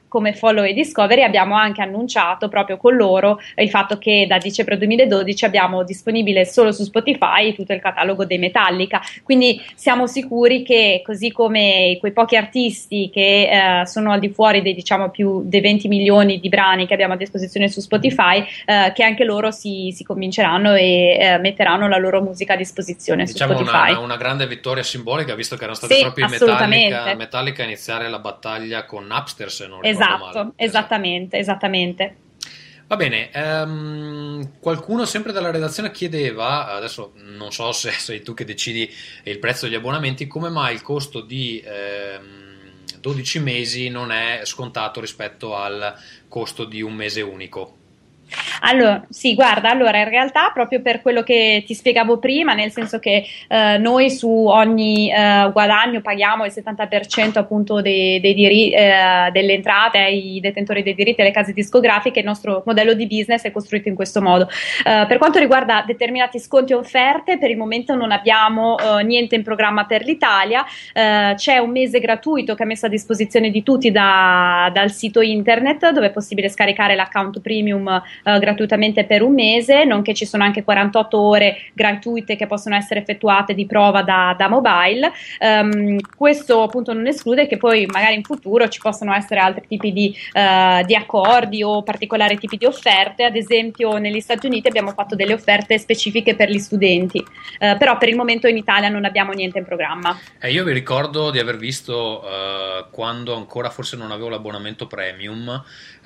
S4: come Follow e Discovery abbiamo anche annunciato proprio con loro il fatto che da dicembre 2012 abbiamo disponibile solo su Spotify tutto il catalogo dei Metallica, quindi siamo sicuri che così come quei pochi artisti che sono al di fuori dei diciamo più dei 20 milioni di brani che abbiamo a disposizione su Spotify, che anche loro si convinceranno e metteranno la loro musica a disposizione,
S2: diciamo,
S4: su Spotify.
S2: Una grande vittoria simbolica, visto che erano stati
S4: Sì,
S2: proprio i Metallica a iniziare la battaglia con Napster, se non ricordo male.
S4: Esattamente.
S2: Va bene, qualcuno sempre dalla redazione chiedeva, adesso non so se sei tu che decidi il prezzo degli abbonamenti, come mai il costo di 12 mesi non è scontato rispetto al costo di un mese unico?
S4: Allora, sì, guarda, allora in realtà proprio per quello che ti spiegavo prima, nel senso che noi su ogni guadagno paghiamo il 70% appunto delle entrate ai detentori dei diritti alle case discografiche, il nostro modello di business è costruito in questo modo. Per quanto riguarda determinati sconti e offerte, per il momento non abbiamo niente in programma per l'Italia, c'è un mese gratuito che è messo a disposizione di tutti dal sito internet, dove è possibile scaricare l'account premium gratuitamente per un mese, nonché ci sono anche 48 ore gratuite che possono essere effettuate di prova da mobile. Questo appunto non esclude che poi magari in futuro ci possano essere altri tipi di accordi o particolari tipi di offerte. Ad esempio negli Stati Uniti abbiamo fatto delle offerte specifiche per gli studenti, però per il momento in Italia non abbiamo niente in programma.
S2: Io vi ricordo di aver visto quando ancora forse non avevo l'abbonamento premium,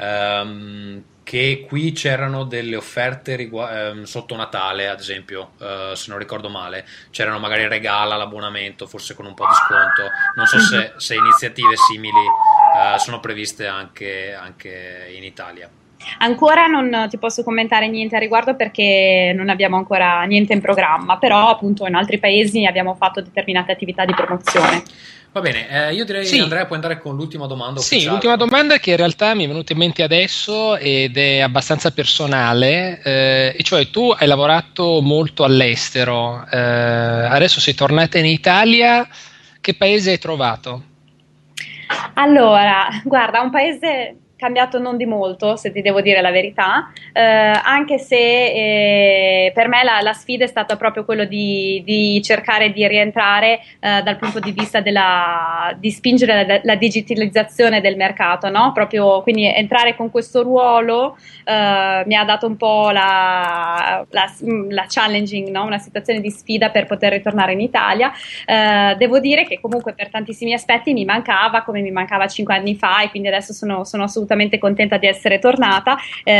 S2: che qui c'erano delle offerte sotto Natale, ad esempio, se non ricordo male, c'erano magari regala l'abbonamento, forse con un po' di sconto. Non so se iniziative simili sono previste anche in Italia.
S4: Ancora non ti posso commentare niente a riguardo perché non abbiamo ancora niente in programma, però appunto in altri paesi abbiamo fatto determinate attività di promozione.
S2: Va bene, io direi, Andrea, puoi andare con l'ultima domanda ufficiale.
S3: Sì, l'ultima domanda che in realtà mi è venuta in mente adesso ed è abbastanza personale, e cioè tu hai lavorato molto all'estero, adesso sei tornata in Italia, che paese hai trovato?
S4: Allora, guarda, un paese cambiato non di molto, se ti devo dire la verità, anche se per me la sfida è stata proprio quello di cercare di rientrare dal punto di vista di spingere la digitalizzazione del mercato, no? Proprio, quindi entrare con questo ruolo mi ha dato un po' la challenging, no? Una situazione di sfida per poter ritornare in Italia. Devo dire che comunque per tantissimi aspetti mi mancava, come mi mancava 5 anni fa, e quindi adesso sono assolutamente contenta di essere tornata.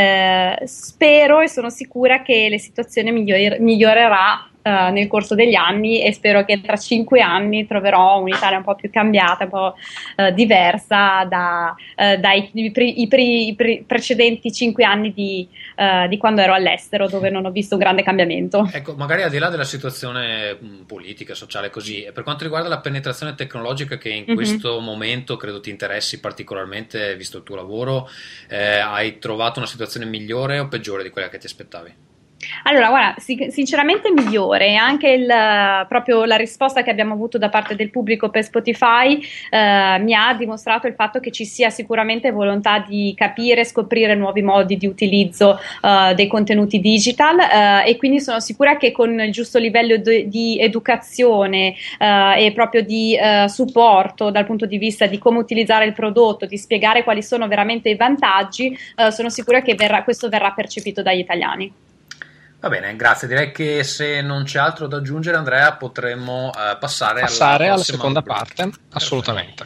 S4: Spero e sono sicura che la situazione migliorerà nel corso degli anni, e spero che tra 5 anni troverò un'Italia un po' più cambiata, un po' diversa dai precedenti 5 anni di quando ero all'estero, dove non ho visto un grande cambiamento.
S2: Ecco, magari al di là della situazione politica, sociale, così, per quanto riguarda la penetrazione tecnologica, che in questo momento credo ti interessi particolarmente, visto il tuo lavoro, hai trovato una situazione migliore o peggiore di quella che ti aspettavi?
S4: Allora, guarda, sinceramente migliore, anche proprio la risposta che abbiamo avuto da parte del pubblico per Spotify mi ha dimostrato il fatto che ci sia sicuramente volontà di capire e scoprire nuovi modi di utilizzo dei contenuti digital, e quindi sono sicura che con il giusto livello di educazione e proprio di supporto dal punto di vista di come utilizzare il prodotto, di spiegare quali sono veramente i vantaggi, sono sicura che questo verrà percepito dagli italiani.
S2: Va bene, grazie. Direi che se non c'è altro da aggiungere, Andrea, potremmo passare
S3: alla seconda parte. Assolutamente.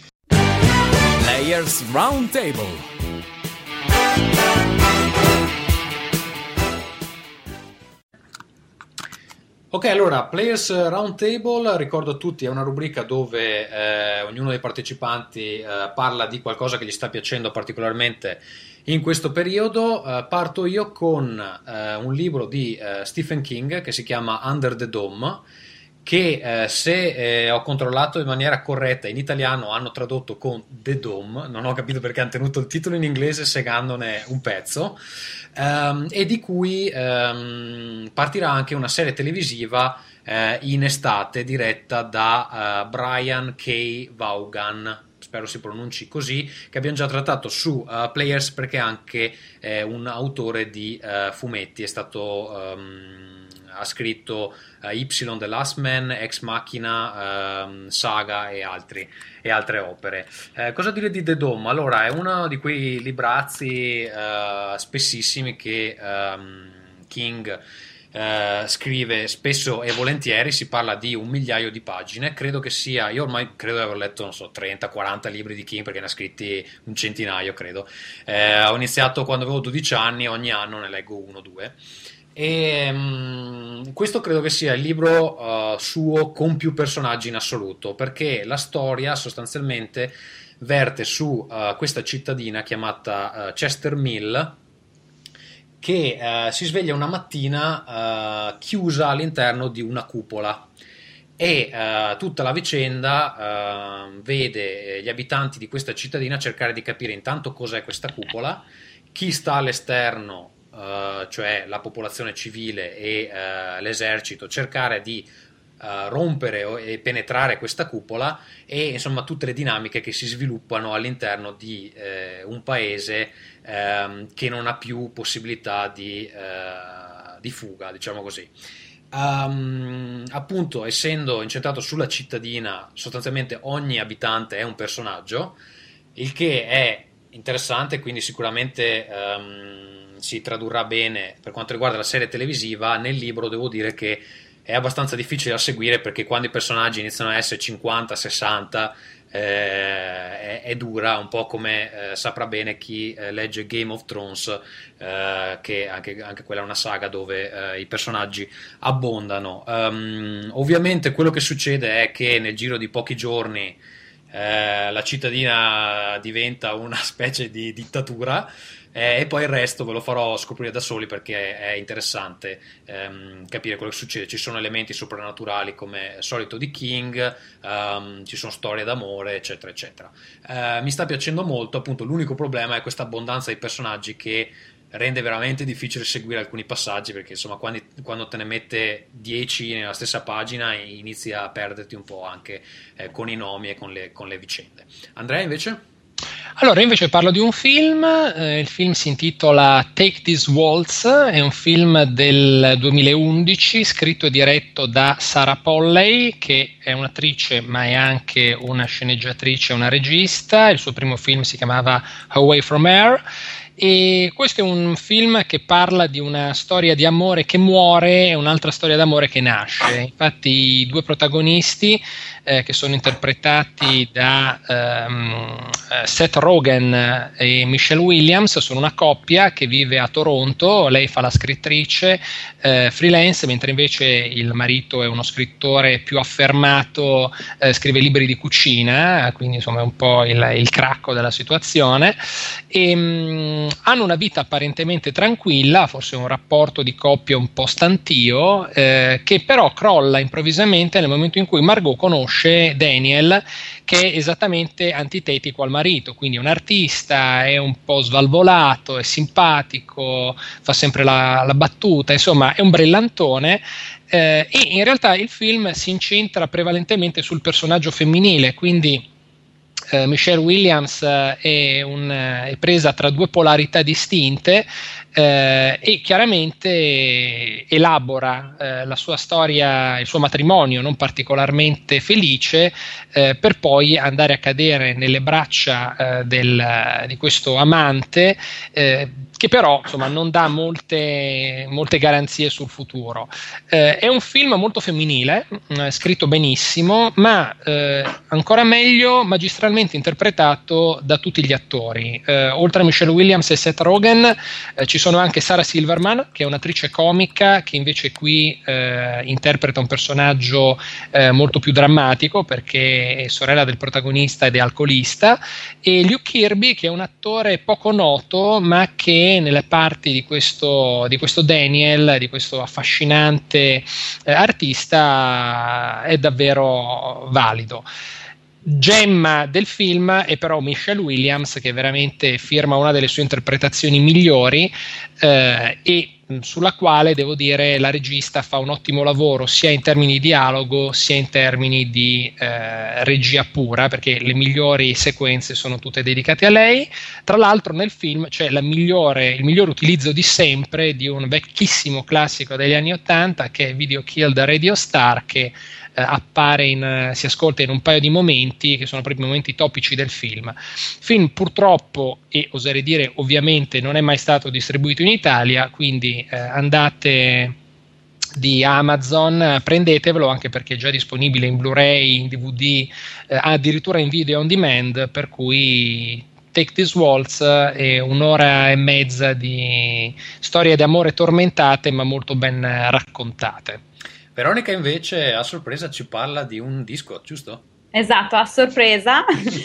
S1: Players Roundtable.
S2: Ok, allora, Players Roundtable, ricordo a tutti, è una rubrica dove ognuno dei partecipanti parla di qualcosa che gli sta piacendo particolarmente in questo periodo. Parto io con un libro di Stephen King che si chiama Under the Dome, che se ho controllato in maniera corretta in italiano hanno tradotto con The Dome. Non ho capito perché hanno tenuto il titolo in inglese segandone un pezzo, e di cui partirà anche una serie televisiva in estate diretta da Brian K. Vaughan. spero si pronunci così, che abbiamo già trattato su Players, perché è anche un autore di fumetti, è stato ha scritto Y The Last Man, Ex Machina, Saga e altre opere. Cosa dire di The Dome? Allora, è uno di quei librazzi spessissimi che King scrive spesso e volentieri. Si parla di 1.000.000 di pagine, credo che sia, io ormai credo di aver letto, non so, 30-40 libri di King, perché ne ha scritti un centinaio, credo. Ho iniziato quando avevo 12 anni, ogni anno ne leggo 1-2. E questo credo che sia il libro suo con più personaggi in assoluto, perché la storia sostanzialmente verte su questa cittadina chiamata Chester Mill, che si sveglia una mattina chiusa all'interno di una cupola, e tutta la vicenda vede gli abitanti di questa cittadina cercare di capire intanto cos'è questa cupola, chi sta all'esterno, cioè la popolazione civile e l'esercito, cercare di rompere e penetrare questa cupola, e insomma tutte le dinamiche che si sviluppano all'interno di un paese che non ha più possibilità di fuga, diciamo così. Appunto, essendo incentrato sulla cittadina, sostanzialmente ogni abitante è un personaggio, il che è interessante, quindi sicuramente si tradurrà bene per quanto riguarda la serie televisiva. Nel libro devo dire che è abbastanza difficile da seguire, perché quando i personaggi iniziano a essere 50-60 è dura, un po' come saprà bene chi legge Game of Thrones, che anche quella è una saga dove i personaggi abbondano. Ovviamente quello che succede è che nel giro di pochi giorni la cittadina diventa una specie di dittatura, e poi il resto ve lo farò scoprire da soli, perché è interessante capire quello che succede. Ci sono elementi soprannaturali come solito di King, ci sono storie d'amore, eccetera eccetera. Mi sta piacendo molto. Appunto, l'unico problema è questa abbondanza di personaggi che rende veramente difficile seguire alcuni passaggi, perché insomma quando te ne mette 10 nella stessa pagina inizi a perderti un po' anche con i nomi e con le vicende. Andrea, invece?
S3: Allora, invece parlo di un film, il film si intitola Take This Waltz, è un film del 2011 scritto e diretto da Sarah Polley, che è un'attrice ma è anche una sceneggiatrice e una regista. Il suo primo film si chiamava Away From Here, e questo è un film che parla di una storia di amore che muore e un'altra storia d'amore che nasce. Infatti i due protagonisti, che sono interpretati da Seth Rogen e Michelle Williams, sono una coppia che vive a Toronto. Lei fa la scrittrice freelance, mentre invece il marito è uno scrittore più affermato, scrive libri di cucina, quindi insomma è un po' il cracco della situazione. E hanno una vita apparentemente tranquilla, forse un rapporto di coppia un po' stantio, che però crolla improvvisamente nel momento in cui Margot conosce Daniel, che è esattamente antitetico al marito, quindi è un artista, è un po' svalvolato, è simpatico, fa sempre la battuta, insomma è un brillantone. E in realtà il film si incentra prevalentemente sul personaggio femminile, quindi Michelle Williams è presa tra due polarità distinte, e chiaramente elabora la sua storia, il suo matrimonio non particolarmente felice, per poi andare a cadere nelle braccia di questo amante, che però insomma non dà molte garanzie sul futuro. È un film molto femminile, scritto benissimo, ma ancora meglio magistralmente interpretato da tutti gli attori. Oltre a Michelle Williams e Seth Rogen ci sono anche Sarah Silverman, che è un'attrice comica, che invece qui interpreta un personaggio molto più drammatico, perché è sorella del protagonista ed è alcolista, e Luke Kirby, che è un attore poco noto ma che nelle parti di questo Daniel, di questo affascinante artista, è davvero valido. Gemma del film è però Michelle Williams, che veramente firma una delle sue interpretazioni migliori, e sulla quale devo dire la regista fa un ottimo lavoro sia in termini di dialogo sia in termini di regia pura, perché le migliori sequenze sono tutte dedicate a lei. Tra l'altro nel film c'è il miglior utilizzo di sempre di un vecchissimo classico degli anni '80 che è Video Kill da Radio Star, che appare si ascolta in un paio di momenti che sono proprio i momenti topici del film. Film purtroppo, e oserei dire ovviamente, non è mai stato distribuito in Italia, quindi andate di Amazon, prendetevelo, anche perché è già disponibile in Blu-ray, in DVD, addirittura in video on demand, per cui Take This Waltz è 1 ora e mezza di storie d'amore tormentate ma molto ben raccontate.
S2: Veronica invece a sorpresa ci parla di un disco, giusto?
S4: Esatto, a sorpresa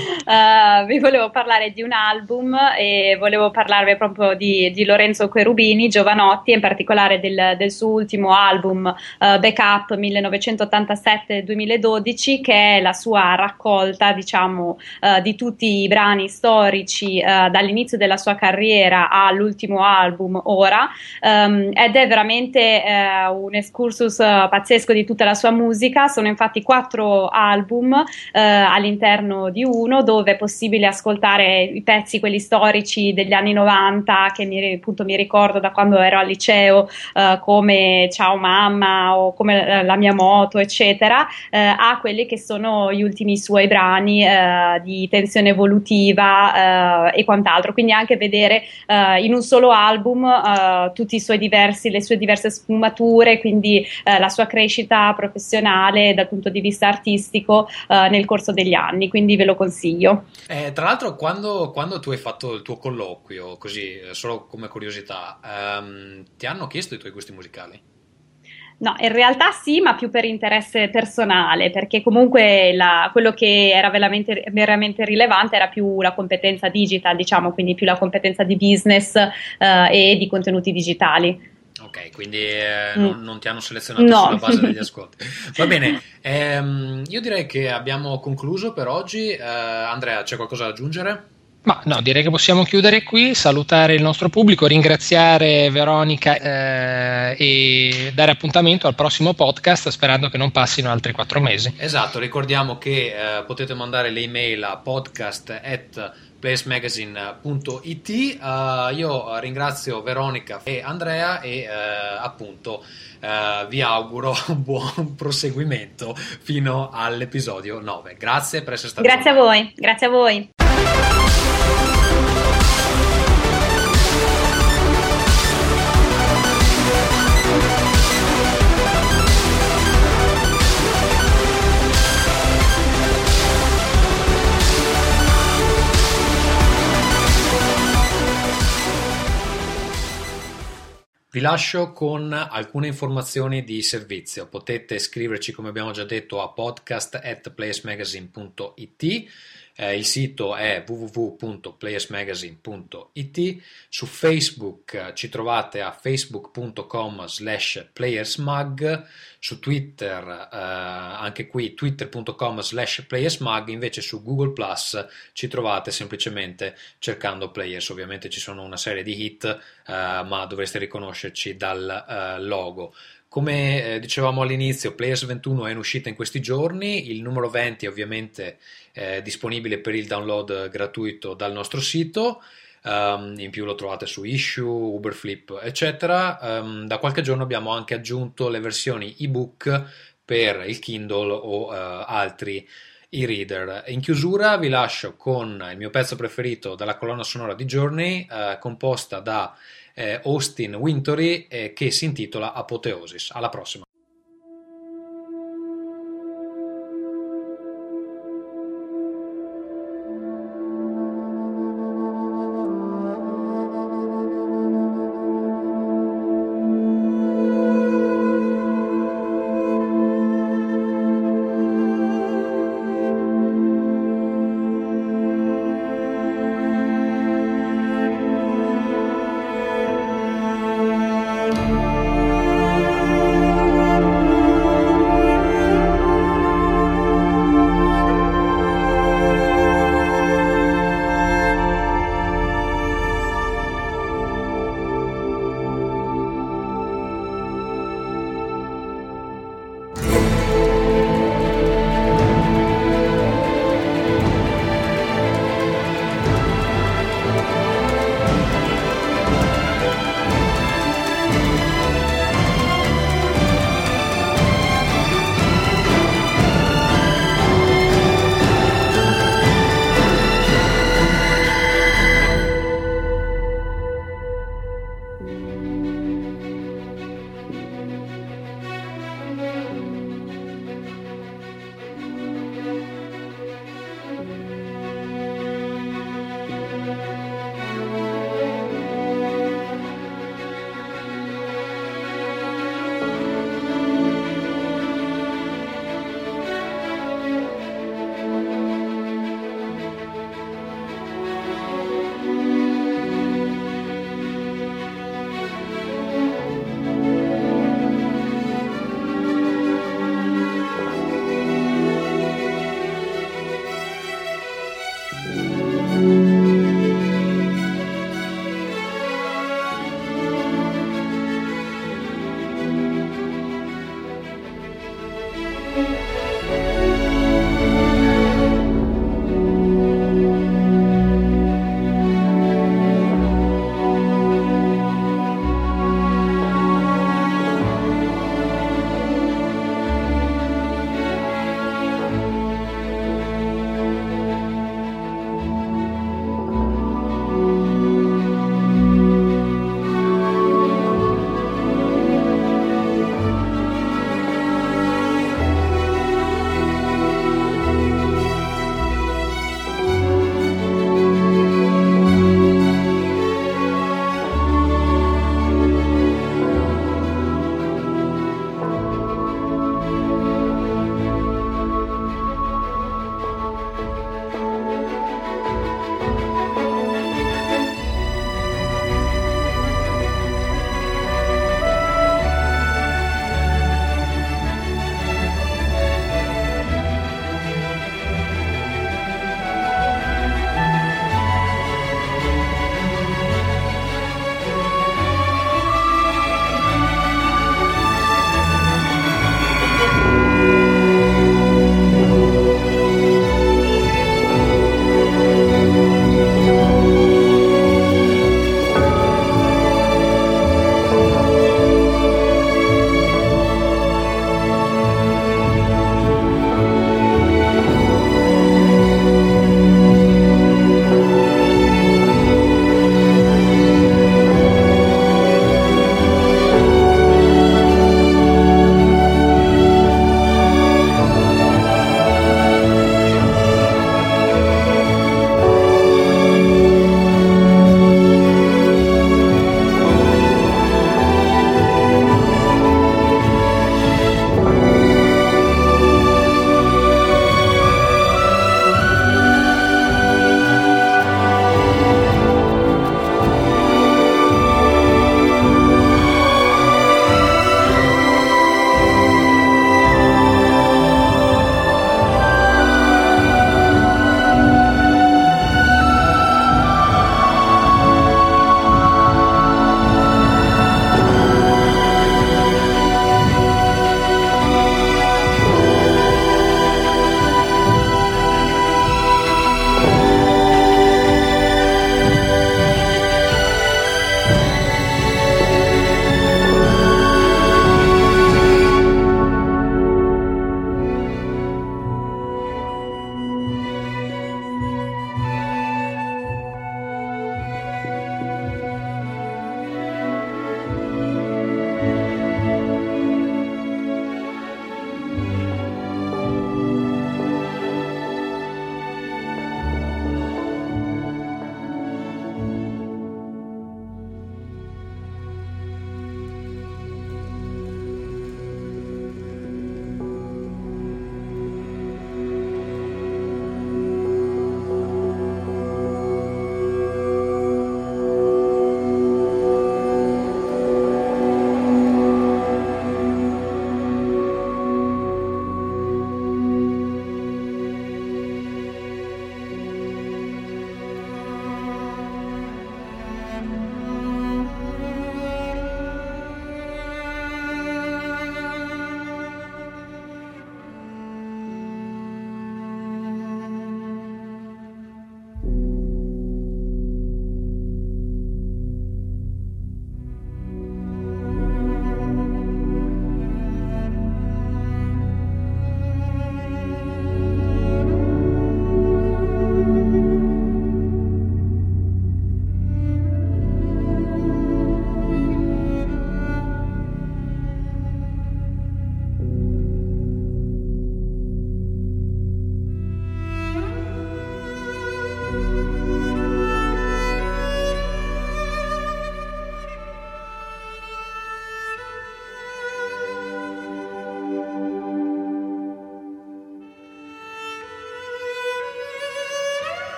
S4: vi volevo parlare di un album e volevo parlarvi proprio di Lorenzo Cherubini, Giovanotti, in particolare del suo ultimo album Backup 1987-2012, che è la sua raccolta, diciamo, di tutti i brani storici dall'inizio della sua carriera all'ultimo album ora, ed è veramente un excursus pazzesco di tutta la sua musica. Sono infatti 4 album all'interno di uno, dove è possibile ascoltare i pezzi, quelli storici degli anni 90 che mi ricordo da quando ero al liceo, come Ciao Mamma o come La mia moto eccetera, a quelli che sono gli ultimi suoi brani di tensione evolutiva e quant'altro, quindi anche vedere in un solo album tutti i suoi le sue diverse sfumature, quindi la sua crescita professionale dal punto di vista artistico nel corso degli anni, quindi ve lo consiglio.
S2: Tra l'altro, quando tu hai fatto il tuo colloquio, così solo come curiosità, ti hanno chiesto i tuoi gusti musicali?
S4: No, in realtà sì, ma più per interesse personale, perché comunque quello che era veramente rilevante era più la competenza digital, diciamo, quindi più la competenza di business e di contenuti digitali.
S2: Ok, quindi non ti hanno selezionato sulla base degli ascolti. Va bene, io direi che abbiamo concluso per oggi. Andrea, c'è qualcosa da aggiungere?
S3: Ma no, direi che possiamo chiudere qui, salutare il nostro pubblico, ringraziare Veronica e dare appuntamento al prossimo podcast, sperando che non passino altri 4 mesi.
S2: Esatto, ricordiamo che potete mandare le email a podcast@playermagazine.it. Io ringrazio Veronica e Andrea e appunto vi auguro un buon proseguimento fino all'episodio 9. Grazie per essere stati con
S4: noi. Grazie a voi.
S2: Vi lascio con alcune informazioni di servizio. Potete scriverci, come abbiamo già detto, a podcast@playersmagazine.it. Il sito è www.playersmagazine.it. Su Facebook ci trovate a facebook.com/playersmag. Su Twitter, anche qui twitter.com/playersmag. Invece su Google Plus ci trovate semplicemente cercando Players. Ovviamente ci sono una serie di hit, ma dovreste riconoscerci dal logo. Come dicevamo all'inizio, Players 21 è in uscita in questi giorni, il numero 20 è ovviamente disponibile per il download gratuito dal nostro sito, in più lo trovate su Issue, Uberflip eccetera. Da qualche giorno abbiamo anche aggiunto le versioni ebook per il Kindle o altri e-reader. In chiusura vi lascio con il mio pezzo preferito dalla colonna sonora di Journey, composta da Austin Wintory, che si intitola Apoteosis. Alla prossima.